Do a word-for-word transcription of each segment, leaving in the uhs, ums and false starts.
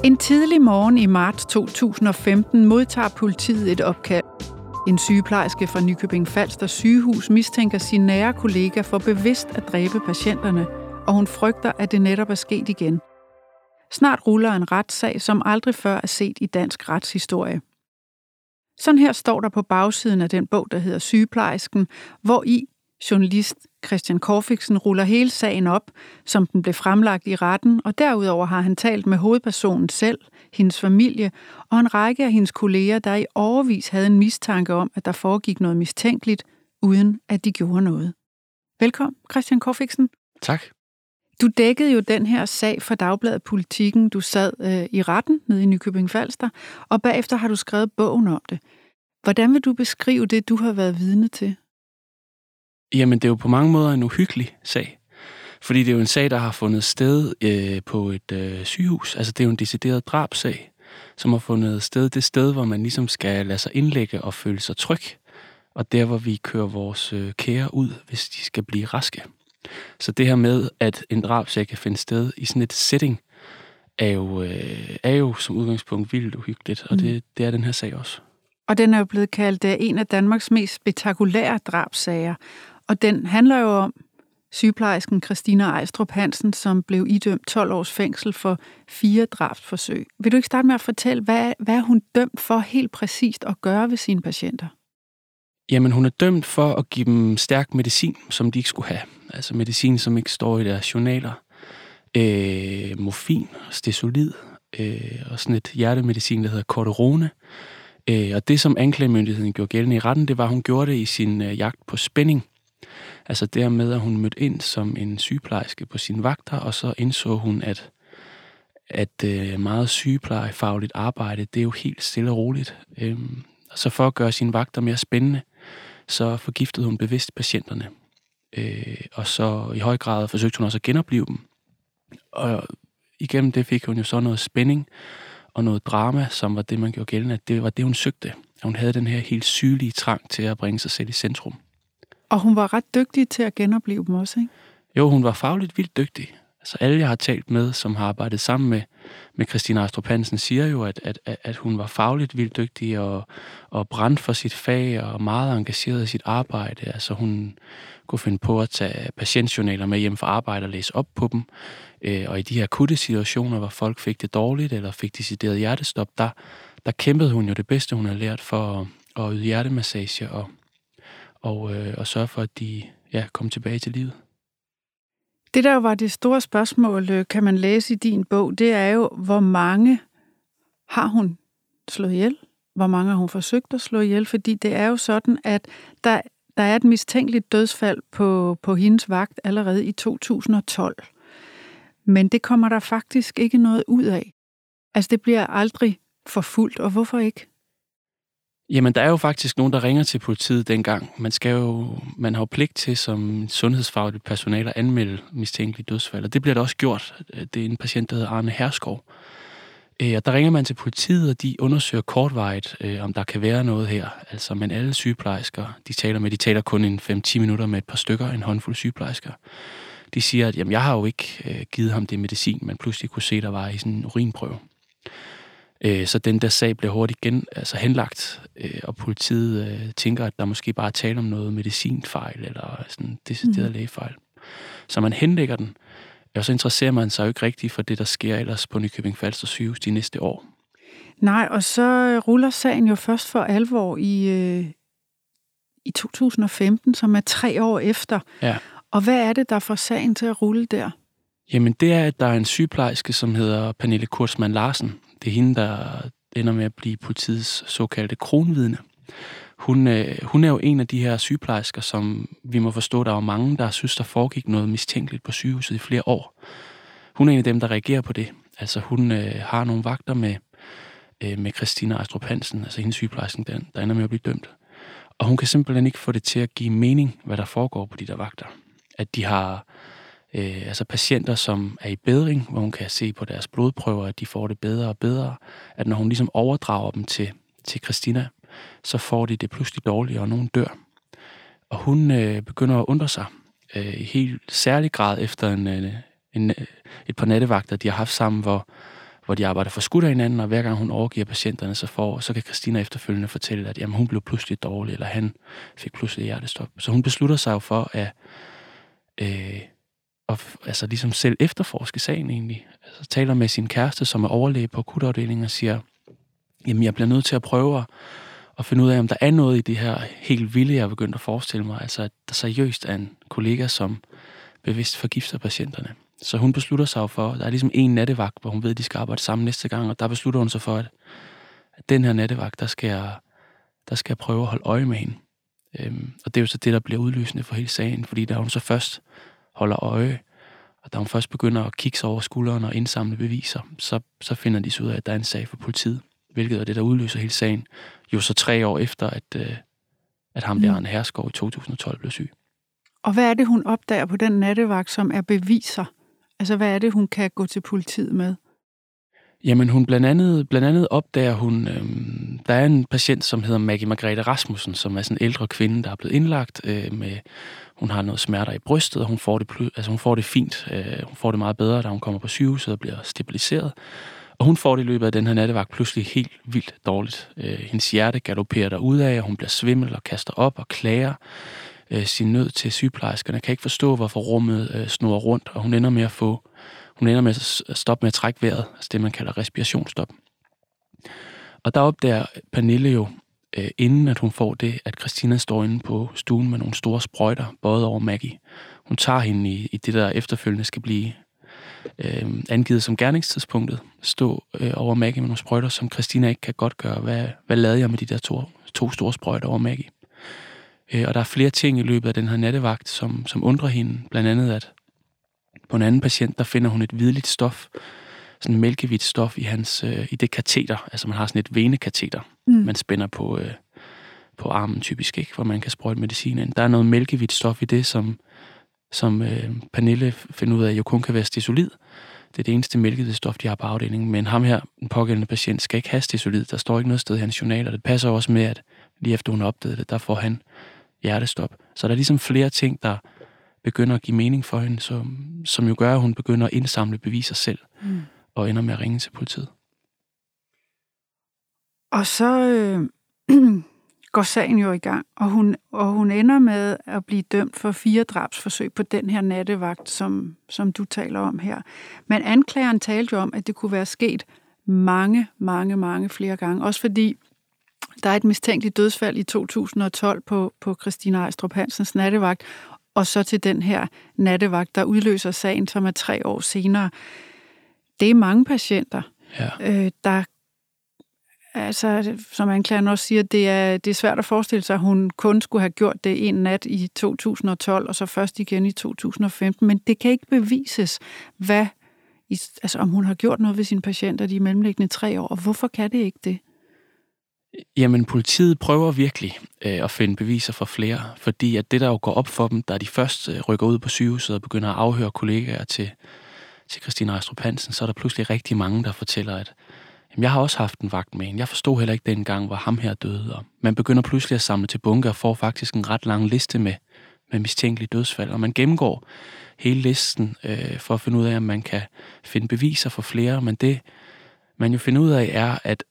En tidlig morgen i marts to tusind og femten modtager politiet et opkald. En sygeplejerske fra Nykøbing Falster sygehus mistænker sin nære kollega for bevidst at dræbe patienterne, og hun frygter, at det netop er sket igen. Snart ruller en retssag, som aldrig før er set i dansk retshistorie. Sådan her står der på bagsiden af den bog, der hedder Sygeplejersken, hvor i journalist Christian Corfixen ruller hele sagen op, som den blev fremlagt i retten, og derudover har han talt med hovedpersonen selv, hendes familie og en række af hendes kolleger, der i årevis havde en mistanke om, at der foregik noget mistænkeligt, uden at de gjorde noget. Velkommen, Christian Corfixen. Tak. Du dækkede jo den her sag for Dagbladet Politikken. Du sad øh, i retten nede i Nykøbing Falster, og bagefter har du skrevet bogen om det. Hvordan vil du beskrive det, du har været vidne til? Jamen, det er jo på mange måder en uhyggelig sag. Fordi det er jo en sag, der har fundet sted øh, på et øh, sygehus. Altså, det er jo en decideret drabsag, som har fundet sted det sted, hvor man ligesom skal lade sig indlægge og føle sig tryg. Og der, hvor vi kører vores øh, kære ud, hvis de skal blive raske. Så det her med, at en drabsag kan finde sted i sådan et setting, er jo, øh, er jo som udgangspunkt vildt uhyggeligt. Og det, det er den her sag også. Og den er jo blevet kaldt en af Danmarks mest spektakulære drabssager. Og den handler jo om sygeplejersken Christina Ejstrup Hansen, som blev idømt tolv års fængsel for fire drabsforsøg. Vil du ikke starte med at fortælle, hvad, hvad er hun dømt for helt præcist at gøre ved sine patienter? Jamen, hun er dømt for at give dem stærk medicin, som de ikke skulle have. Altså medicin, som ikke står i deres journaler. Øh, morfin, stesolid øh, og sådan et hjertemedicin, der hedder Corderone. Øh, og det, som anklagemyndigheden gjorde gældende i retten, det var, at hun gjorde det i sin øh, jagt på spænding. Altså dermed, at hun mødte ind som en sygeplejerske på sine vagter, og så indså hun, at, at øh, meget sygeplejefagligt arbejde, det er jo helt stille og roligt. Øh, og så for at gøre sine vagter mere spændende, så forgiftede hun bevidst patienterne. Øh, og så i høj grad forsøgte hun også at genopleve dem. Og igennem det fik hun jo så noget spænding og noget drama, som var det, man gjorde gældende, at det var det, hun søgte. At hun havde den her helt sygelige trang til at bringe sig selv i centrum. Og hun var ret dygtig til at genopleve dem også, ikke? Jo, hun var fagligt vildt dygtig. Altså alle, jeg har talt med, som har arbejdet sammen med, med Christina Ejstrup Hansen, siger jo, at, at, at hun var fagligt vildt dygtig og, og brændt for sit fag og meget engageret i sit arbejde. Altså hun kunne finde på at tage patientjournaler med hjem fra arbejde og læse op på dem. Og i de her akutte situationer, hvor folk fik det dårligt eller fik decideret hjertestop, der, der kæmpede hun jo det bedste, hun havde lært for at, at yde hjertemassage og, og, øh, og sørge for, at de ja, kom tilbage til livet. Det, der var det store spørgsmål, kan man læse i din bog, det er jo, hvor mange har hun slået ihjel? Hvor mange har hun forsøgt at slå ihjel? Fordi det er jo sådan, at der, der er et mistænkeligt dødsfald på, på hendes vagt allerede i to tusind og tolv. Men det kommer der faktisk ikke noget ud af. Altså, det bliver aldrig forfulgt, og hvorfor ikke? Jamen, der er jo faktisk nogen, der ringer til politiet dengang. Man skal jo, man har jo pligt til som sundhedsfagligt personale at anmelde mistænkelige dødsfald, og det bliver der også gjort. Det er en patient, der hedder Arne Herskov. Og der ringer man til politiet, og de undersøger kortvarigt, om der kan være noget her. Altså, men alle sygeplejersker, de taler med, de taler kun en fem til ti minutter med et par stykker, en håndfuld sygeplejersker. De siger, at jamen, jeg har jo ikke givet ham det medicin, man pludselig kunne se, der var i sådan en urinprøve. Så den der sag bliver hurtigt gen, altså henlagt, og politiet øh, tænker, at der måske bare er tale om noget medicinfejl eller sådan en decideret mm. lægefejl. Så man henlægger den, og så interesserer man sig jo ikke rigtigt for det, der sker ellers på Nykøbing Falster sygehus de næste år. Nej, og så ruller sagen jo først for alvor i, øh, i to tusind og femten, som er tre år efter. Ja. Og hvad er det, der får sagen til at rulle der? Jamen det er, at der er en sygeplejerske, som hedder Pernille Kurzmann Larsen. Det er hende, der ender med at blive politiets såkaldte kronvidne. Hun, øh, hun er jo en af de her sygeplejersker, som vi må forstå, der er mange, der synes, der foregik noget mistænkeligt på sygehuset i flere år. Hun er en af dem, der reagerer på det. Altså hun øh, har nogle vagter med, øh, med Christina Ejstrup Hansen, altså hendes sygeplejersken, der, der ender med at blive dømt. Og hun kan simpelthen ikke få det til at give mening, hvad der foregår på de der vagter. At de har øh, altså patienter, som er i bedring, hvor hun kan se på deres blodprøver, at de får det bedre og bedre. At når hun ligesom overdrager dem til, til Christina, så får de det pludselig dårligere, og nogen dør. Og hun øh, begynder at undre sig øh, i helt særlig grad efter en, øh, en, et par nattevagter, de har haft sammen, hvor, hvor de arbejder for skudt af hinanden, og hver gang hun overgiver patienterne, så, får, så kan Christina efterfølgende fortælle, at jamen, hun blev pludselig dårlig, eller han fik pludselig hjertestop. Så hun beslutter sig jo for at, øh, at altså ligesom selv efterforske sagen egentlig. Altså taler med sin kæreste, som er overlæge på akutafdelingen, og siger, jamen jeg bliver nødt til at prøve at, at finde ud af, om der er noget i det her helt vilde, jeg er begyndt at forestille mig. Altså at der seriøst er en kollega, som bevidst forgifter patienterne. Så hun beslutter sig for, der er ligesom en nattevagt, hvor hun ved, at de skal arbejde sammen næste gang, og der beslutter hun sig for, at, at den her nattevagt, der skal, jeg, der skal jeg prøve at holde øje med hende. Øhm, og det er jo så det, der bliver udløsende for hele sagen, fordi da hun så først holder øje, og da hun først begynder at kigge sig over skulderen og indsamle beviser, så, så finder de så ud af, at der er en sag for politiet, hvilket er det, der udløser hele sagen, jo så tre år efter, at, øh, at ham der, Arne Herskov, i to tusind og tolv blev syg. Og hvad er det, hun opdager på den nattevagt, som er beviser? Altså, hvad er det, hun kan gå til politiet med? Jamen, hun blandt andet, blandt andet opdager hun, øhm, der er en patient, som hedder Maggie Margrethe Rasmussen, som er sådan en ældre kvinde, der er blevet indlagt øh, med, hun har noget smerter i brystet, og hun får det, altså, hun får det fint. Øh, hun får det meget bedre, da hun kommer på sygehuset og bliver stabiliseret. Og hun får det i løbet af den her nattevagt pludselig helt vildt dårligt. Øh, hendes hjerte galopperer derudad, og hun bliver svimmel og kaster op og klager øh, sin nød til sygeplejerskerne. Kan ikke forstå, hvorfor rummet øh, snurrer rundt, og hun ender med at få Hun ender med at stoppe med at trække vejret, altså det, man kalder respirationsstop. Og der opdager Pernille jo, øh, inden at hun får det, at Christina står inde på stuen med nogle store sprøjter, bøjet over Maggie. Hun tager hende i, i det, der efterfølgende skal blive øh, angivet som gerningstidspunktet, stå øh, over Maggie med nogle sprøjter, som Christina ikke kan godt gøre. Hvad, hvad lavede jeg med de der to, to store sprøjter over Maggie? Øh, og der er flere ting i løbet af den her nattevagt, som, som undrer hende. Blandt andet, at på en anden patient, der finder hun et hvidligt stof, sådan et mælkehvidt stof i, hans, øh, i det kateter. Altså man har sådan et venekateter, mm. man spænder på, øh, på armen typisk, ikke, hvor man kan sprøjte medicin ind. Der er noget mælkehvidt stof i det, som, som øh, Pernille finder ud af, jo kun kan være stesolid. Det er det eneste mælkehvide stof, de har på afdelingen. Men ham her, den pågældende patient, skal ikke have stesolid. Der står ikke noget sted i hans journal, og det passer også med, at lige efter hun har opdaget det, der får han hjertestop. Så der er ligesom flere ting, der begynder at give mening for hende, som, som jo gør, at hun begynder at indsamle beviser selv, mm. og ender med at ringe til politiet. Og så øh, går sagen jo i gang, og hun, og hun ender med at blive dømt for fire drabsforsøg på den her nattevagt, som, som du taler om her. Men anklageren talte jo om, at det kunne være sket mange, mange, mange flere gange. Også fordi der er et mistænkeligt dødsfald i to tusind og tolv på, på Christina Ejstrup Hansens nattevagt, og så til den her nattevagt, der udløser sagen, som er tre år senere. Det er mange patienter, ja. øh, der, altså, som anklageren også siger, det er, det er svært at forestille sig, at hun kun skulle have gjort det en nat i to tusind og tolv, og så først igen i to tusind og femten, men det kan ikke bevises, hvad, altså, om hun har gjort noget ved sine patienter de mellemliggende tre år, og hvorfor kan det ikke det? Jamen, politiet prøver virkelig øh, at finde beviser for flere, fordi at det, der jo går op for dem, da de først øh, rykker ud på sygehuset og begynder at afhøre kollegaer til, til Christina Ejstrup Hansen, så er der pludselig rigtig mange, der fortæller, at jamen, jeg har også haft en vagt med hende. Jeg forstod heller ikke dengang, hvor ham her døde. Og man begynder pludselig at samle til bunker og får faktisk en ret lang liste med, med mistænkelige dødsfald. Og man gennemgår hele listen øh, for at finde ud af, om man kan finde beviser for flere. Men det, man jo finder ud af, er, at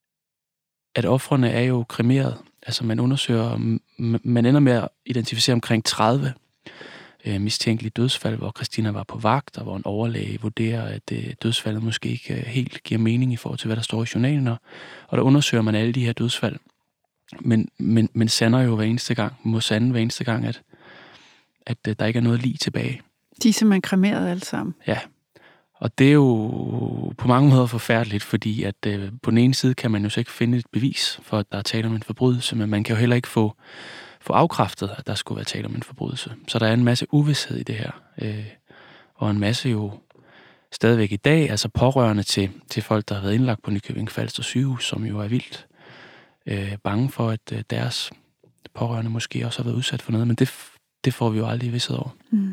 at ofrene er jo kremeret. Altså man undersøger, man ender med at identificere omkring tredive øh, mistænkelige dødsfald, hvor Christina var på vagt, og hvor en overlæge vurderer, at øh, dødsfaldet måske ikke øh, helt giver mening i forhold til, hvad der står i journalen. Og der undersøger man alle de her dødsfald. Men, men, men sander jo hver eneste gang, må sande hver eneste gang, at, at øh, der ikke er noget lig tilbage. De er simpelthen kremeret alle sammen. Ja. Og det er jo på mange måder forfærdeligt, fordi at øh, på den ene side kan man jo så ikke finde et bevis for, at der er tale om en forbrydelse, men man kan jo heller ikke få, få afkræftet, at der skulle være tale om en forbrydelse. Så der er en masse uvished i det her, øh, og en masse jo stadigvæk i dag, altså pårørende til, til folk, der har været indlagt på Nykøbing Falster sygehus, som jo er vildt øh, bange for, at øh, deres pårørende måske også har været udsat for noget, men det, det får vi jo aldrig visset over. Mm.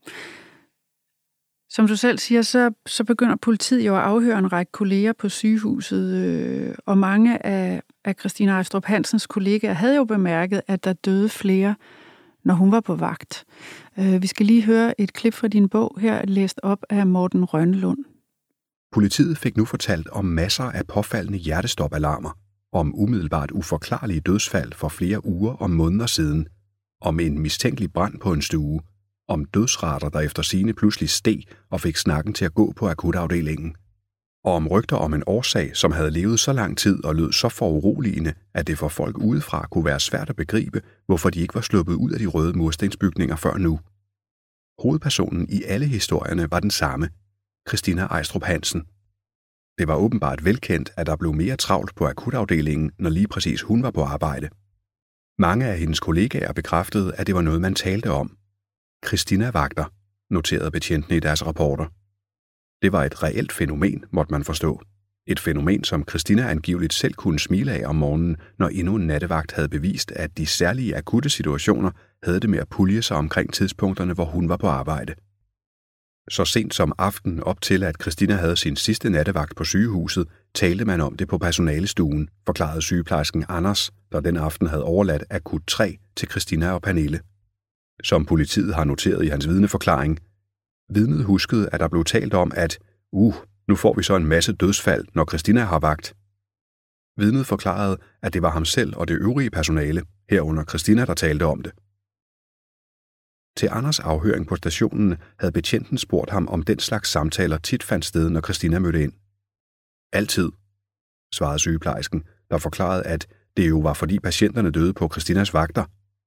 Som du selv siger, så, så begynder politiet jo at afhøre en række kolleger på sygehuset, øh, og mange af, af Christina Ejstrup Hansens kollegaer havde jo bemærket, at der døde flere, når hun var på vagt. Øh, vi skal lige høre et klip fra din bog her, læst op af Morten Rønnelund. Politiet fik nu fortalt om masser af påfaldende hjertestopalarmer, om umiddelbart uforklarlige dødsfald for flere uger og måneder siden, om en mistænkelig brand på en stue, om dødsrater, der efter sigende pludselig steg og fik snakken til at gå på akutafdelingen, og om rygter om en årsag, som havde levet så lang tid og lød så foruroligende, at det for folk udefra kunne være svært at begribe, hvorfor de ikke var sluppet ud af de røde murstensbygninger før nu. Hovedpersonen i alle historierne var den samme, Christina Ejstrup Hansen. Det var åbenbart velkendt, at der blev mere travlt på akutafdelingen, når lige præcis hun var på arbejde. Mange af hendes kollegaer bekræftede, at det var noget, man talte om. Christina-vagter, noterede betjentene i deres rapporter. Det var et reelt fænomen, måtte man forstå. Et fænomen, som Christina angiveligt selv kunne smile af om morgenen, når endnu en nattevagt havde bevist, at de særlige akutte situationer havde det med at pulje sig omkring tidspunkterne, hvor hun var på arbejde. Så sent som aften op til, at Christina havde sin sidste nattevagt på sygehuset, talte man om det på personalestuen, forklarede sygeplejersken Anders, der den aften havde overladt akut tre til Christina og Pernille. Som politiet har noteret i hans vidneforklaring, vidnet huskede, at der blev talt om, at uh, nu får vi så en masse dødsfald, når Christina har vagt. Vidnet forklarede, at det var ham selv og det øvrige personale, herunder Christina, der talte om det. Til Anders afhøring på stationen havde betjenten spurgt ham, om den slags samtaler tit fandt sted, når Christina mødte ind. Altid, svarede sygeplejersken, der forklarede, at det jo var fordi patienterne døde på Christinas vagter.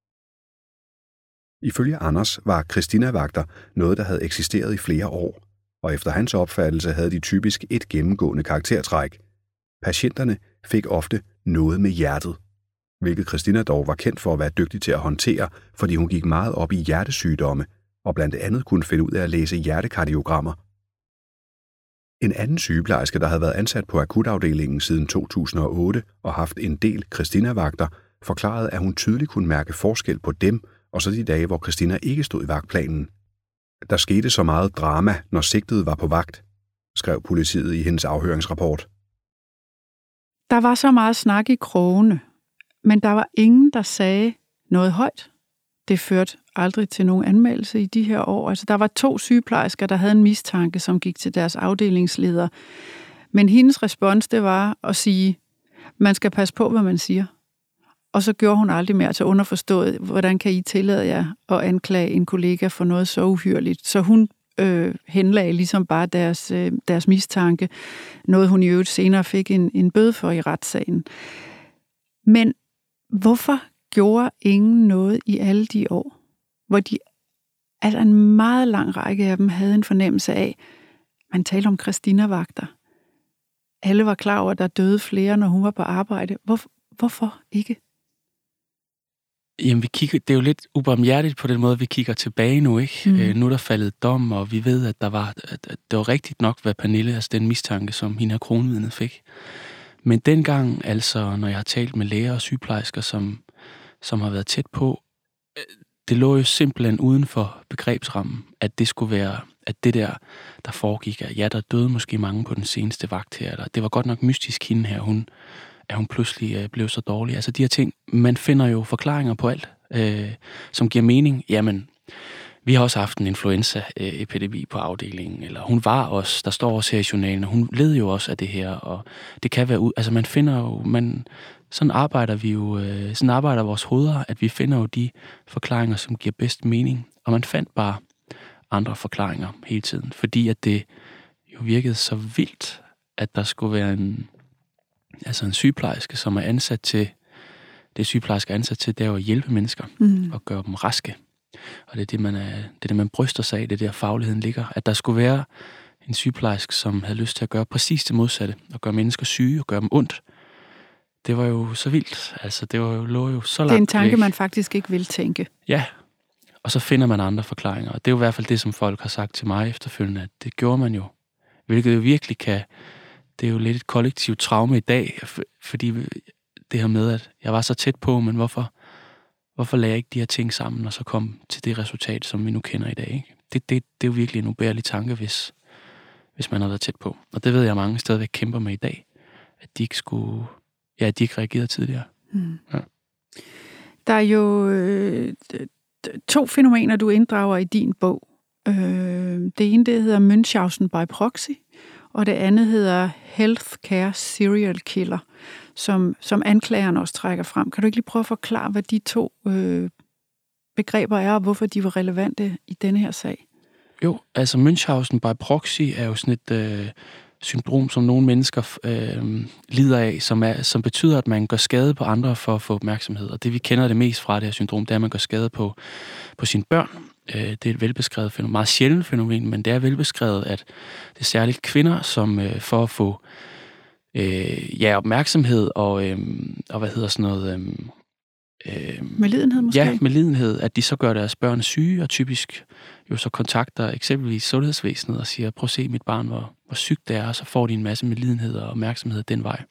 Ifølge Anders var Christina-vagter noget, der havde eksisteret i flere år, og efter hans opfattelse havde de typisk et gennemgående karaktertræk. Patienterne fik ofte noget med hjertet, hvilket Christina dog var kendt for at være dygtig til at håndtere, fordi hun gik meget op i hjertesygdomme og blandt andet kunne finde ud af at læse hjertekardiogrammer. En anden sygeplejerske, der havde været ansat på akutafdelingen siden to tusind og otte og haft en del Christina-vagter, forklarede, at hun tydeligt kunne mærke forskel på dem og så de dage, hvor Christina ikke stod i vagtplanen. Der skete så meget drama, når sigtede var på vagt, skrev politiet i hendes afhøringsrapport. Der var så meget snak i krogene, men der var ingen, der sagde noget højt. Det førte aldrig til nogen anmeldelse i de her år. Altså, der var to sygeplejersker, der havde en mistanke, som gik til deres afdelingsleder. Men hendes respons, det var at sige, man skal passe på, hvad man siger. Og så gjorde hun aldrig mere til underforstået, hvordan kan I tillade jer at anklage en kollega for noget så uhyrligt. Så hun øh, henlagde ligesom bare deres, øh, deres mistanke, noget hun i øvrigt senere fik en, en bøde for i retssagen. Men hvorfor gjorde ingen noget i alle de år, hvor de, altså en meget lang række af dem havde en fornemmelse af, man talte om Christina-vagter. Alle var klar over, at der døde flere, når hun var på arbejde. Hvor, hvorfor ikke? Jamen, vi kigger, det er jo lidt ubarmhjertigt på den måde, vi kigger tilbage nu, ikke? Mm. Øh, nu er der faldet dom, og vi ved, at der var, at, at det var rigtigt nok, hvad Pernille, altså den mistanke, som hende her kronvidnet fik. Men dengang, altså, når jeg har talt med læger og sygeplejersker, som, som har været tæt på, det lå jo simpelthen uden for begrebsrammen, at det skulle være, at det der, der foregik, at ja, der døde måske mange på den seneste vagt her, eller det var godt nok mystisk hende her, hun, at hun pludselig øh, blev så dårlig. Altså de her ting, man finder jo forklaringer på alt, øh, som giver mening. Jamen, vi har også haft en influenza-epidemi på afdelingen, eller hun var også, der står også her i journalen, og hun led jo også af det her, og det kan være ud, altså man finder jo, man, sådan arbejder vi jo, øh, sådan arbejder vores hoveder, at vi finder jo de forklaringer, som giver bedst mening, og man fandt bare andre forklaringer hele tiden, fordi at det jo virkede så vildt, at der skulle være en, altså en sygeplejerske, som er ansat til, det sygeplejerske er ansat til, det er jo at hjælpe mennesker, mm. og gøre dem raske. Og det er det, man, er, det er det, man bryster sig af, det er der fagligheden ligger. At der skulle være en sygeplejerske, som havde lyst til at gøre præcis det modsatte, og gøre mennesker syge og gøre dem ondt. Det var jo så vildt. Altså, det var jo, lå jo så langt Det er en tanke, væk. man faktisk ikke vil tænke. Ja, og så finder man andre forklaringer. Og det er jo i hvert fald det, som folk har sagt til mig efterfølgende, at det gjorde man jo. Hvilket jo virkelig kan, det er jo lidt et kollektivt traume i dag, fordi det her med, at jeg var så tæt på, men hvorfor, hvorfor lagde jeg ikke de her ting sammen, og så kom til det resultat, som vi nu kender i dag, ikke? Det, det, det er jo virkelig en ubærlig tanke, hvis, hvis man har været tæt på. Og det ved jeg, mange stadigvæk kæmper med i dag, at de ikke skulle, ja, at de ikke reagerede tidligere. Mm. Ja. Der er jo øh, to fænomener, du inddrager i din bog. Øh, det ene, det hedder Münchhausen by proxy, og det andet hedder Healthcare Serial Killer, som, som anklageren også trækker frem. Kan du ikke lige prøve at forklare, hvad de to øh, begreber er, og hvorfor de var relevante i denne her sag? Jo, altså Münchhausen by proxy er jo sådan et øh, syndrom, som nogle mennesker øh, lider af, som, er, som betyder, at man gør skade på andre for at få opmærksomhed. Og det, vi kender det mest fra det her syndrom, det er, at man gør skade på, på sine børn. Øh, det er et velbeskrevet fænomen, meget sjældent fænomen, men det er velbeskrevet, at det er særligt kvinder, som øh, for at få øh, ja, opmærksomhed og, øh, og hvad hedder sådan noget... Øh, Øh, medlidenhed måske? Ja, medlidenhed, at de så gør deres børn syge, og typisk jo så kontakter eksempelvis sundhedsvæsenet og siger, prøv at se mit barn, hvor, hvor sygt det er, og så får de en masse medlidenhed og opmærksomhed den vej.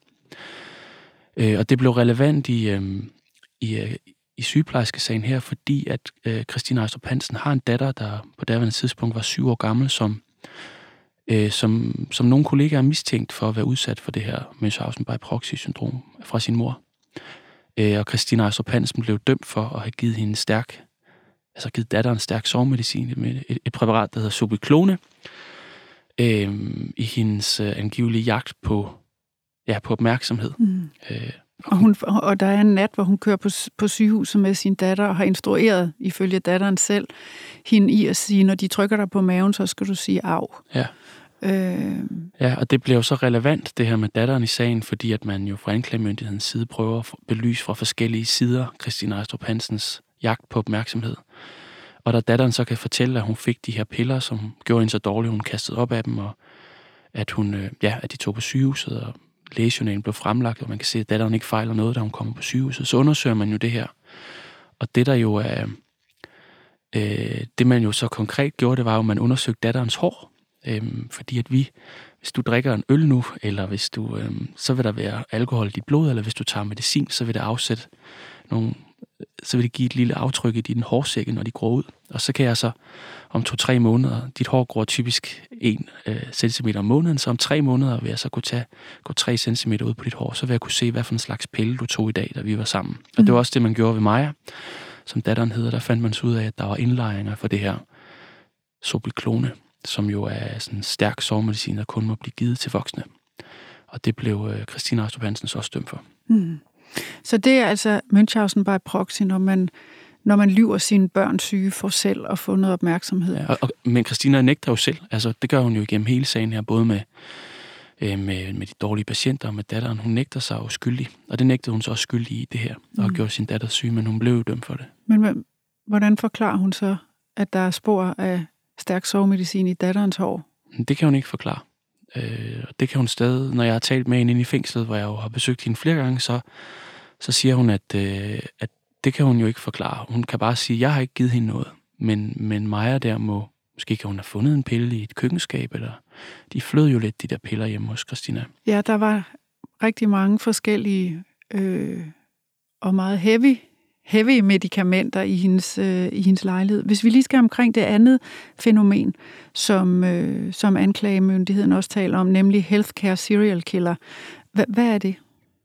Øh, og det blev relevant i, øh, i, øh, i sygeplejerskesagen her, fordi at øh, Christina Ajstrup Hansen har en datter, der på daværende tidspunkt var syv år gammel, som, øh, som, som nogle kollegaer er mistænkt for at være udsat for det her Münchhausen by proxy-syndrom fra sin mor. Og Christina Ajstrup Hansen blev dømt for at have givet hende stærk, altså givet datteren stærk sovemedicin, et, et, et præparat, der hedder Sobiklone, øh, i hendes øh, angivelige jagt på, ja, på opmærksomhed. Mm. Øh, og, hun, og der er en nat, hvor hun kører på, på sygehuset med sin datter, og har instrueret, ifølge datteren selv, hende i at sige, når de trykker dig på maven, så skal du sige af. Ja. Øh... Ja, og det blev så relevant, det her med datteren i sagen, fordi at man jo fra anklagemyndighedens side prøver at belyse fra forskellige sider Christina Ajstrup Hansens jagt på opmærksomhed. Og da datteren så kan fortælle, at hun fik de her piller, som gjorde hende så dårligt, hun kastede op af dem, og at, hun, ja, at de tog på sygehuset, og lægejournalen blev fremlagt, og man kan se, at datteren ikke fejler noget, da hun kommer på sygehuset, så undersøger man jo det her. Og det der jo er, øh, det man jo så konkret gjorde, det var jo, at man undersøgte datterens hår. Øhm, fordi at vi, hvis du drikker en øl nu, eller hvis du, øhm, så vil der være alkohol i dit blod, eller hvis du tager medicin, så vil det afsætte nogle, så vil det give et lille aftryk i din hårsække, når de gror ud. Og så kan jeg så om to-tre måneder, dit hår gror typisk en øh, centimeter om måneden, så om tre måneder vil jeg så kunne tage, gå tre centimeter ud på dit hår, så vil jeg kunne se, hvad for en slags pille du tog i dag, da vi var sammen. Mm. Og det var også det, man gjorde ved Maja, som datteren hedder. Der fandt man så ud af, at der var indlejringer for det her Sobiklone, som jo er sådan en stærk sovemedicin, der kun må blive givet til voksne. Og det blev øh, Christina Ajstrup Hansen så også dømt for. Mm. Så det er altså Münchhausen by proxy, når man, når man lyver sine børn syge for selv at få noget opmærksomhed. Ja, og, og, men Christina nægter jo selv. Altså, det gør hun jo igennem hele sagen her, både med, øh, med, med de dårlige patienter og med datteren. Hun nægter sig jo skyldig, og det nægtede hun så også skyldig i det her, og mm. gjorde sin datter syg, men hun blev jo dømt for det. Men hvordan forklarer hun så, at der er spor af stærk sovemedicin i datterens hår? Det kan hun ikke forklare. Øh, det kan hun stadig, når jeg har talt med hende inde i fængslet, hvor jeg jo har besøgt hende flere gange, så, så siger hun, at, øh, at det kan hun jo ikke forklare. Hun kan bare sige, at jeg har ikke givet hende noget. Men, men Maja der må, måske kan hun have fundet en pille i et køkkenskab, eller de flød jo lidt, de der piller hjemme hos Christina. Ja, der var rigtig mange forskellige øh, og meget heavy heavy medicamenter i hendes, øh, i hendes lejlighed. Hvis vi lige skal omkring det andet fænomen, som, øh, som anklagemyndigheden også taler om, nemlig healthcare serial killer. H- hvad er det?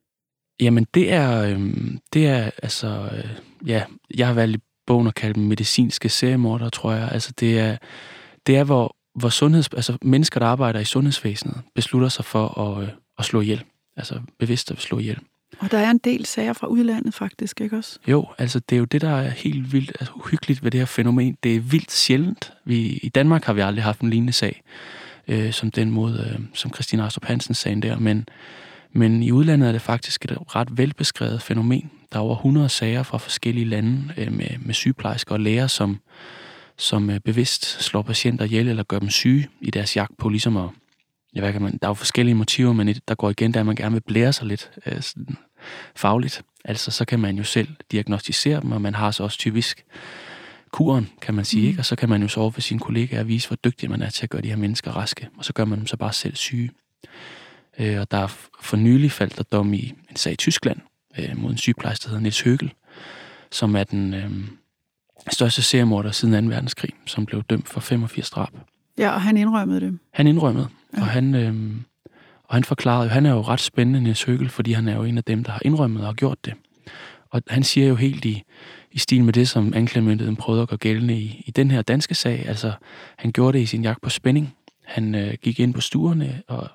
Jamen, det er, øh, det er altså, øh, ja, jeg har valgt i bogen at kalde dem medicinske seriemordere, tror jeg. Altså, det er, det er hvor, hvor sundheds, altså, mennesker, der arbejder i sundhedsvæsenet, beslutter sig for at, øh, at slå ihjel. Altså, bevidst at slå ihjel. Og der er en del sager fra udlandet faktisk, ikke også? Jo, altså det er jo det, der er helt vildt altså, uhyggeligt ved det her fænomen. Det er vildt sjældent. Vi, I Danmark har vi aldrig haft en lignende sag, øh, som den mod, øh, som Christina Ajstrup Hansens sagen der. Men, men i udlandet er det faktisk et ret velbeskrevet fænomen. Der er over hundrede sager fra forskellige lande øh, med, med sygeplejersker og læger, som, som øh, bevidst slår patienter ihjel eller gør dem syge i deres jagt på ligesom at Jeg ved, man, der er jo forskellige motiver, men et, der går igen, der man gerne vil blære sig lidt øh, sådan, fagligt. Altså, så kan man jo selv diagnostisere dem, og man har så også typisk kuren, kan man sige, mm. ikke? Og så kan man jo så over for sine kollegaer og vise, hvor dygtig man er til at gøre de her mennesker raske, og så gør man dem så bare selv syge. Øh, og der er for nylig faldt der dom i en sag i Tyskland øh, mod en sygeplejerske, der hedder Niels Høgel, som er den øh, største seriemorder siden anden verdenskrig, som blev dømt for femogfirs drab. Ja, og han indrømmede det. Han indrømmede, ja. og han... Øh, Og han forklarede jo, han er jo ret spændende, Niels Høgel, fordi han er jo en af dem, der har indrømmet og har gjort det. Og han siger jo helt i, i stil med det, som anklagemyndigheden prøvede at gøre gældende i, i den her danske sag. Altså, han gjorde det i sin jagt på spænding. Han øh, gik ind på stuerne og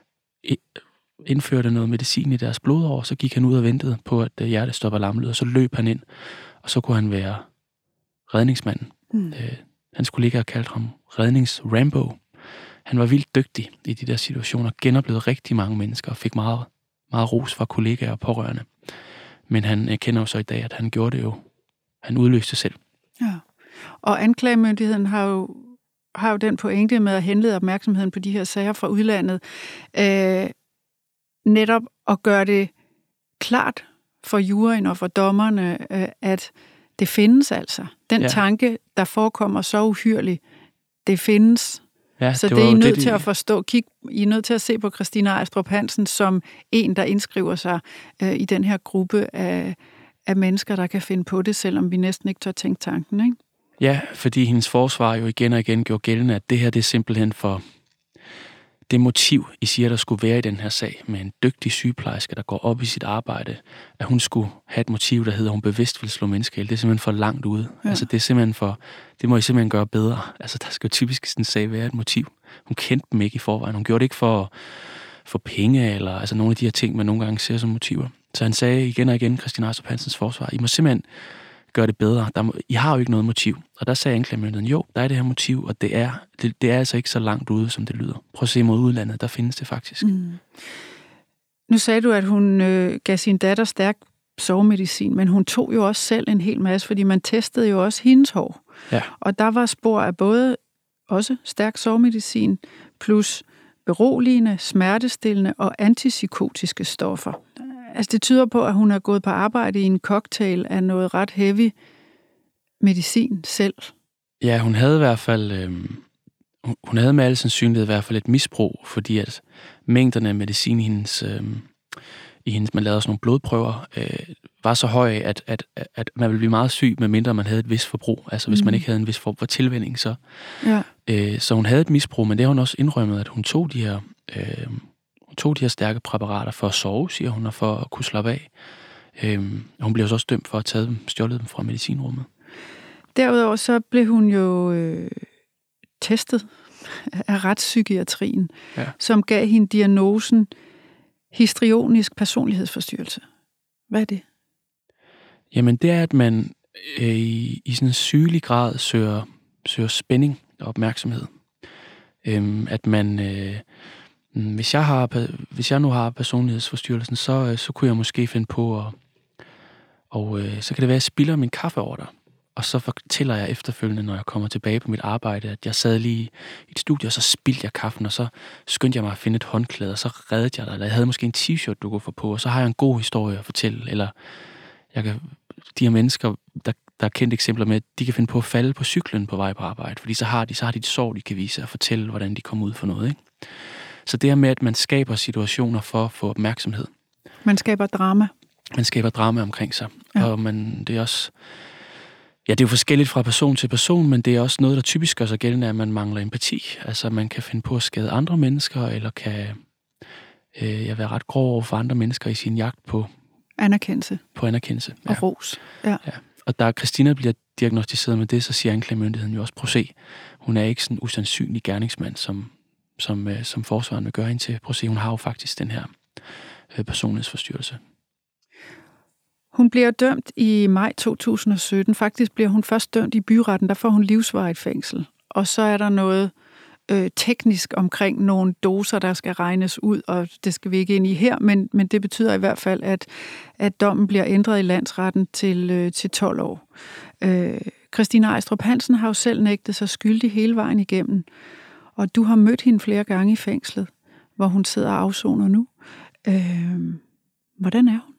indførte noget medicin i deres blodår, så gik han ud og ventede på, at øh, hjertestop og larmlyd, og så løb han ind, og så kunne han være redningsmanden. Mm. Øh, hans kollegaer kaldte ham rednings-Rambo. Han var vildt dygtig i de der situationer, genoplevede rigtig mange mennesker og fik meget, meget ros fra kollegaer og pårørende. Men han erkender jo så i dag, at han gjorde det jo. Han udløste selv. Ja. Og anklagemyndigheden har jo, har jo den pointe med at henlede opmærksomheden på de her sager fra udlandet. Øh, netop at gøre det klart for juryen og for dommerne, øh, at det findes altså. Den ja. tanke, der forekommer så uhyrligt, det findes. Ja, så det, det er I nødt det, til at forstå. Kig, I er nødt til at se på Christina Ejstrup Hansen som en, der indskriver sig øh, i den her gruppe af, af mennesker, der kan finde på det, selvom vi næsten ikke tør tænke tanken, ikke? Ja, fordi hendes forsvar jo igen og igen gjorde gældende, at det her det er simpelthen for det motiv, I siger, der skulle være i den her sag, med en dygtig sygeplejerske, der går op i sit arbejde, at hun skulle have et motiv, der hedder, at hun bevidst vil slå mennesker ihjel. Det er simpelthen for langt ude. Ja. Altså, det er simpelthen for, det må I simpelthen gøre bedre. Altså, der skal jo typisk sådan en sag være et motiv. Hun kendte dem ikke i forvejen. Hun gjorde det ikke for, for penge, eller altså nogle af de her ting, man nogle gange ser som motiver. Så han sagde igen og igen, Christina Ejstrup Hansens forsvar, I må simpelthen gøre det bedre. Der må, I har jo ikke noget motiv. Og der sagde anklagemyndigheden, jo, der er det her motiv, og det er, det, det er altså ikke så langt ude, som det lyder. Prøv at se mod udlandet, der findes det faktisk. Mm. Nu sagde du, at hun øh, gav sin datter stærk sovemedicin, men hun tog jo også selv en hel masse, fordi man testede jo også hendes hår. Ja. Og der var spor af både også stærk sovemedicin, plus beroligende, smertestillende og antipsykotiske stoffer. Altså det tyder på, at hun har gået på arbejde i en cocktail af noget ret heavy medicin selv. Ja, hun havde i hvert fald, øh, hun havde med al sandsynlighed i hvert fald et misbrug, fordi at mængderne af medicin i hendes, øh, i hendes man lavede sådan nogle blodprøver, øh, var så høje, at, at, at man ville blive meget syg, medmindre man havde et vist forbrug. Altså hvis mm. man ikke havde en vis form for tilvænning, så. Ja. Øh, så hun havde et misbrug, men det har hun også indrømmet, at hun tog de her... Øh, tog de her stærke præparater for at sove, siger hun, og for at kunne slappe af. Øhm, hun blev også dømt for at tage dem, stjålet dem fra medicinrummet. Derudover så blev hun jo øh, testet af retspsykiatrien, ja. som gav hende diagnosen histrionisk personlighedsforstyrrelse. Hvad er det? Jamen, det er, at man øh, i, i sådan en sygelig grad søger, søger spænding og opmærksomhed. Øhm, at man... Øh, Hvis jeg, har, hvis jeg nu har personlighedsforstyrrelsen, så, så kunne jeg måske finde på, at, og øh, så kan det være, at jeg spilder min kaffe over dig. Og så fortæller jeg efterfølgende, når jeg kommer tilbage på mit arbejde, at jeg sad lige i et studie, og så spildte jeg kaffen, og så skyndte jeg mig at finde et håndklæde, og så reddede jeg dig. Eller jeg havde måske en t-shirt, du kunne få på, og så har jeg en god historie at fortælle. Eller jeg kan, de her mennesker, der, der er kendt eksempler med, at de kan finde på at falde på cyklen på vej på arbejde, fordi så har de, så har de et sår, de kan vise og fortælle, hvordan de kommer ud for noget, ikke? Så det her med, at man skaber situationer for at få opmærksomhed. Man skaber drama. Man skaber drama omkring sig. Ja. Og man, det er også... Ja, det er jo forskelligt fra person til person, men det er også noget, der typisk gør sig gældende, at man mangler empati. Altså, man kan finde på at skade andre mennesker, eller kan øh, ja, være ret grov over for andre mennesker i sin jagt på... Anerkendelse. På anerkendelse, ja. Og ros. Ja. Ja. Og da Christina bliver diagnosticeret med det, så siger anklagemyndigheden jo også, prøv at se, hun er ikke sådan en usandsynlig gerningsmand, som... som, øh, som forsvaren vil gøre hende til. Prøv at se, hun har jo faktisk den her øh, personlighedsforstyrrelse. Hun bliver dømt i maj to tusind og sytten. Faktisk bliver hun først dømt i byretten. Der får hun livsvarigt fængsel. Og så er der noget øh, teknisk omkring nogle doser, der skal regnes ud, og det skal vi ikke ind i her, men, men det betyder i hvert fald, at, at dommen bliver ændret i landsretten til, øh, til tolv år. Øh, Christina Ejstrup Hansen har jo selv nægtet sig skyldig hele vejen igennem. Og du har mødt hende flere gange i fængslet, hvor hun sidder og afsoner nu. Øh, hvordan er hun?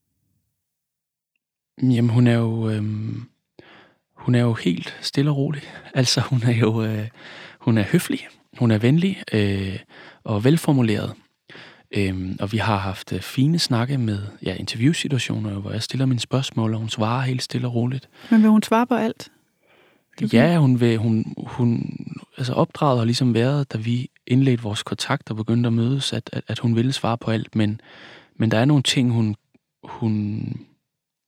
Jamen, hun er jo, øh, hun er jo helt stille og rolig. Altså, hun er jo øh, hun er høflig, hun er venlig øh, og velformuleret. Øh, og vi har haft fine snakke med ja, interviewsituationer, hvor jeg stiller mine spørgsmål, og hun svarer helt stille og roligt. Men vil hun svare på alt? Ja, hun vil, hun, hun, altså opdraget har ligesom været, da vi indledte vores kontakt og begyndte at mødes, at, at, at hun ville svare på alt, men, men der er nogle ting, hun, hun,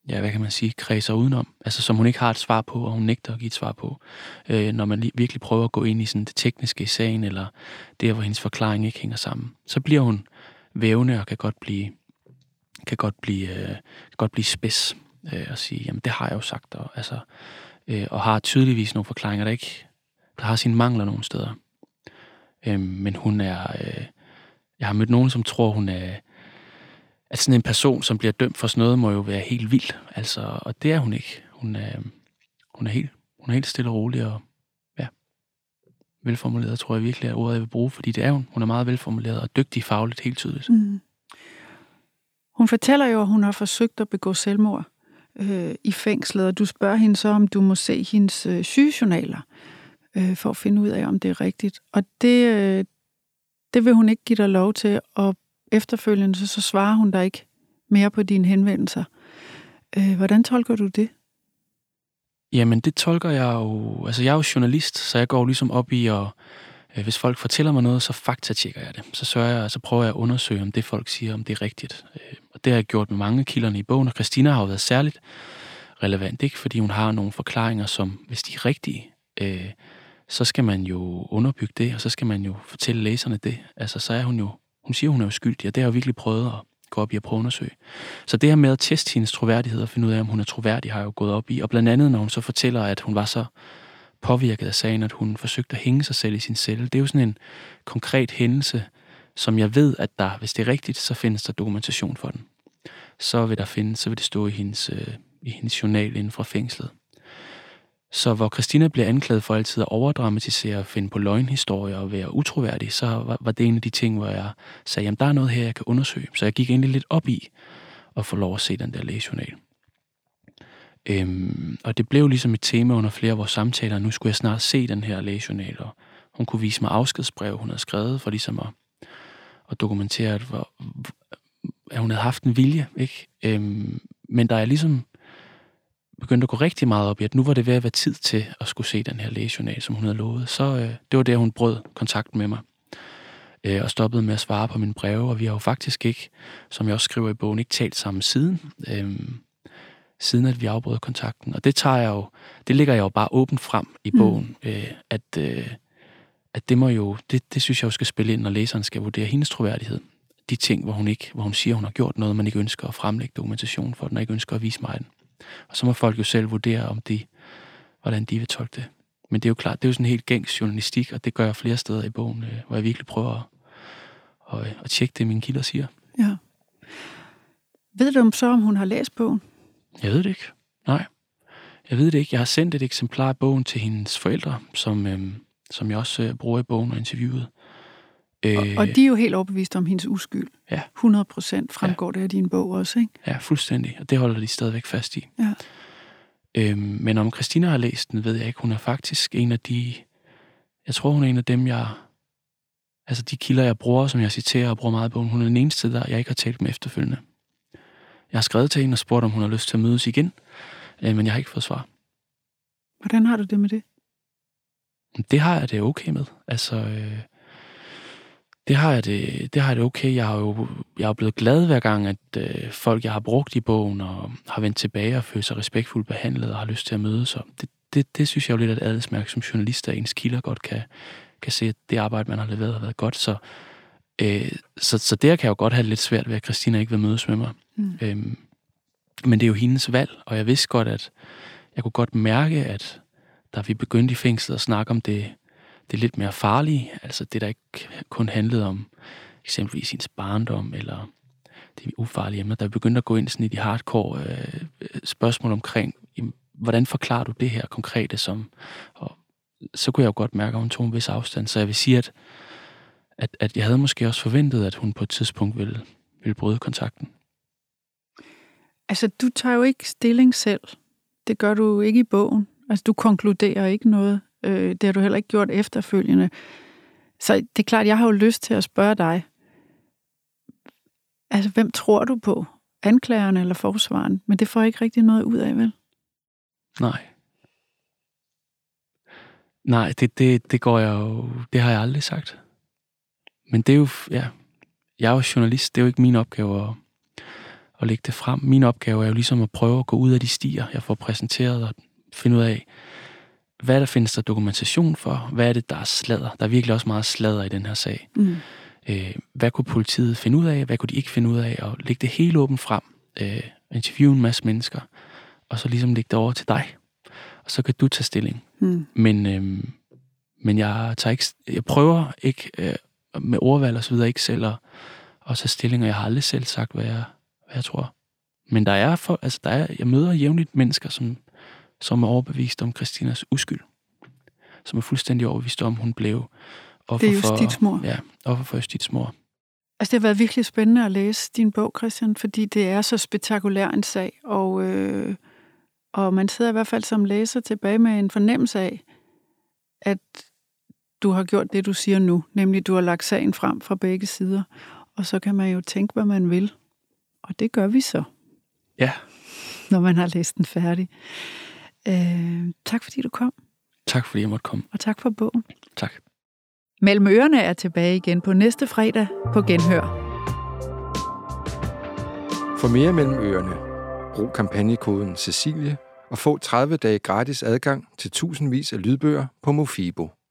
ja, hvad kan man sige, kredser udenom. Altså som hun ikke har et svar på, og hun nægter at give et svar på. Øh, når man virkelig prøver at gå ind i sådan det tekniske i sagen, eller der, hvor hendes forklaring ikke hænger sammen, så bliver hun vævende og kan godt blive, kan godt blive, øh, kan godt blive spids øh, og sige, jamen det har jeg jo sagt, og, altså, øh, og har tydeligvis nogle forklaringer, der ikke, der har sine mangler nogle steder. Øh, men hun er, øh, jeg har mødt nogen, som tror, hun er, at sådan en person, som bliver dømt for sådan noget, må jo være helt vild. Altså, og det er hun ikke. Hun er, hun er, helt, hun er helt stille og rolig og ja, velformuleret, tror jeg virkelig er ordet, jeg vil bruge, fordi det er hun. Hun er meget velformuleret og dygtig fagligt, helt tydeligt. Mm. Hun fortæller jo, at hun har forsøgt at begå selvmord øh, i fængslet, og du spørger hende så, om du må se hendes øh, sygejournaler, øh, for at finde ud af, om det er rigtigt. Og det, øh, det vil hun ikke give dig lov til, og efterfølgende så, så svarer hun dig ikke mere på dine henvendelser. Øh, hvordan tolker du det? Jamen, det tolker jeg jo... Altså, jeg er jo journalist, så jeg går ligesom op i, og øh, hvis folk fortæller mig noget, så faktatjekker jeg det. Så sørger jeg, så prøver jeg at undersøge, om det folk siger, om det er rigtigt. Øh, og det har jeg gjort med mange kilderne i bogen, og Christina har jo været særligt relevant, ikke? Fordi hun har nogle forklaringer, som, hvis de er rigtige, øh, så skal man jo underbygge det, og så skal man jo fortælle læserne det. Altså, så er hun jo... Hun siger, hun er uskyldig, og det har jeg virkelig prøvet at gå op i at prøve at undersøge. Så det her med at teste hendes troværdighed og finde ud af, om hun er troværdig, har jeg jo gået op i. Og blandt andet, når hun så fortæller, at hun var så påvirket af sagen, at hun forsøgte at hænge sig selv i sin celle. Det er jo sådan en konkret hændelse, som jeg ved, at der, hvis det er rigtigt, så findes der dokumentation for den. Så vil der findes, så vil det stå i hendes, øh, i hendes journal inden fra fængslet. Så hvor Christina bliver anklaget for altid at overdramatisere og finde på løgnhistorier og være utroværdig, så var, var det en af de ting, hvor jeg sagde, jamen der er noget her, jeg kan undersøge. Så jeg gik egentlig lidt op i at få lov at se den der lægejournal. Øhm, og det blev ligesom et tema under flere af vores samtaler. Nu skulle jeg snart se den her lægejournal, og hun kunne vise mig afskedsbrev, hun havde skrevet for ligesom at, at dokumentere, at, hvor, at hun havde haft en vilje. Ikke? Øhm, men der er ligesom begyndte at gå rigtig meget op i, at nu var det ved at være tid til at skulle se den her lægejournal, som hun havde lovet. Så øh, det var der, hun brød kontakten med mig øh, og stoppede med at svare på mine breve, og vi har jo faktisk ikke, som jeg også skriver i bogen, ikke talt sammen siden, øh, siden at vi afbrød kontakten. Og det tager jeg jo, det ligger jeg jo bare åbent frem i bogen, mm. øh, at, øh, at det må jo, det, det synes jeg jo skal spille ind, når læseren skal vurdere hendes troværdighed. De ting, hvor hun ikke, hvor hun siger, hun har gjort noget, man ikke ønsker at fremlægge dokumentation for den, og ikke ønsker at vise mig den. Og så må folk jo selv vurdere, om de, hvordan de vil tolke det. Men det er jo klart, det er jo sådan en helt gængs journalistik, og det gør jeg flere steder i bogen, øh, hvor jeg virkelig prøver at, at, at tjekke det, mine kilder siger. Ja. Ved du så, om hun har læst bogen? Jeg ved det ikke. Nej. Jeg ved det ikke. Jeg har sendt et eksemplar af bogen til hendes forældre, som, øh, som jeg også øh, bruger i bogen og interviewet. Øh, og, og de er jo helt overbevist om hendes uskyld. Ja. hundrede procent fremgår ja. Det af din bog også, ikke? Ja, fuldstændig. Og det holder de stadigvæk fast i. Ja. Øhm, men om Christina har læst den, ved jeg ikke. Hun er faktisk en af de... Jeg tror, hun er en af dem, jeg... Altså de kilder, jeg bruger, som jeg citerer og bruger meget i bogen. Hun er den eneste, der jeg ikke har talt med efterfølgende. Jeg har skrevet til hende og spurgt, om hun har lyst til at mødes igen. Øh, men jeg har ikke fået svar. Hvordan har du det med det? Det har jeg det okay med. Altså... Øh, Det har jeg det, det har jeg det okay. Jeg har jo jeg er blevet glad hver gang, at øh, folk, jeg har brugt i bogen, og har vendt tilbage og følt sig respektfuldt behandlet og har lyst til at mødes. Det, det, det synes jeg jo lidt er et adelsmærke som journalist, at ens kilder godt kan, kan se, at det arbejde, man har leveret, har været godt. Så, øh, så, så der kan jeg jo godt have lidt svært ved, at Christina ikke vil mødes med mig. Mm. Øhm, men det er jo hendes valg, og jeg vidste godt, at jeg kunne godt mærke, at da vi begyndte i fængslet at snakke om det, det er lidt mere farlige, altså det, der ikke kun handlede om eksempelvis hendes barndom, eller de ufarlige emner, der begyndte at gå ind sådan i de hardcore øh, spørgsmål omkring, jamen, hvordan forklarer du det her konkrete, som, og så kunne jeg jo godt mærke, at hun tog en vis afstand, så jeg vil sige, at, at, at jeg havde måske også forventet, at hun på et tidspunkt ville, ville bryde kontakten. Altså, du tager jo ikke stilling selv. Det gør du ikke i bogen. Altså, du konkluderer ikke noget. Det har du heller ikke gjort efterfølgende. Så det er klart, jeg har jo lyst til at spørge dig. Altså, hvem tror du på? Anklageren eller forsvaren? Men det får ikke rigtig noget ud af, vel? Nej. Nej, det, det, det går jeg jo... Det har jeg aldrig sagt. Men det er jo... Ja, jeg er jo journalist. Det er jo ikke min opgave at, at lægge det frem. Min opgave er jo ligesom at prøve at gå ud af de stier, jeg får præsenteret, og finde ud af, hvad der findes der dokumentation for, hvad er det, der er sladder. Der er virkelig også meget sladder i den her sag. Mm. Øh, hvad kunne politiet finde ud af, hvad kunne de ikke finde ud af, og lægge det helt åbent frem. Øh, interviewe en masse mennesker, og så ligesom lægge det over til dig. Og så kan du tage stilling. Mm. Men, øh, men jeg, tager ikke, jeg prøver ikke øh, med ordvalg og så videre ikke selv at, at tage stilling, og jeg har aldrig selv sagt, hvad jeg, hvad jeg tror. Men der er, for, altså der er, jeg møder jævnligt mennesker, som, som er overbevist om Christinas uskyld. Som er fuldstændig overbevist om, hun blev offer det er justitsmord. For, ja, offer for justitsmord. Altså, det har været virkelig spændende at læse din bog, Christian, fordi det er så spektakulær en sag, og, øh, og man sidder i hvert fald som læser tilbage med en fornemmelse af, at du har gjort det, du siger nu, nemlig du har lagt sagen frem fra begge sider, og så kan man jo tænke, hvad man vil. Og det gør vi så. Ja. Når man har læst den færdig. Øh, tak fordi du kom. Tak fordi jeg måtte komme. Og tak for bogen. Tak. Mellem ørerne er tilbage igen på næste fredag på Genhør. For mere mellem ørerne, brug kampagnekoden Cecilie og få tredive dage gratis adgang til tusindvis af lydbøger på Mofibo.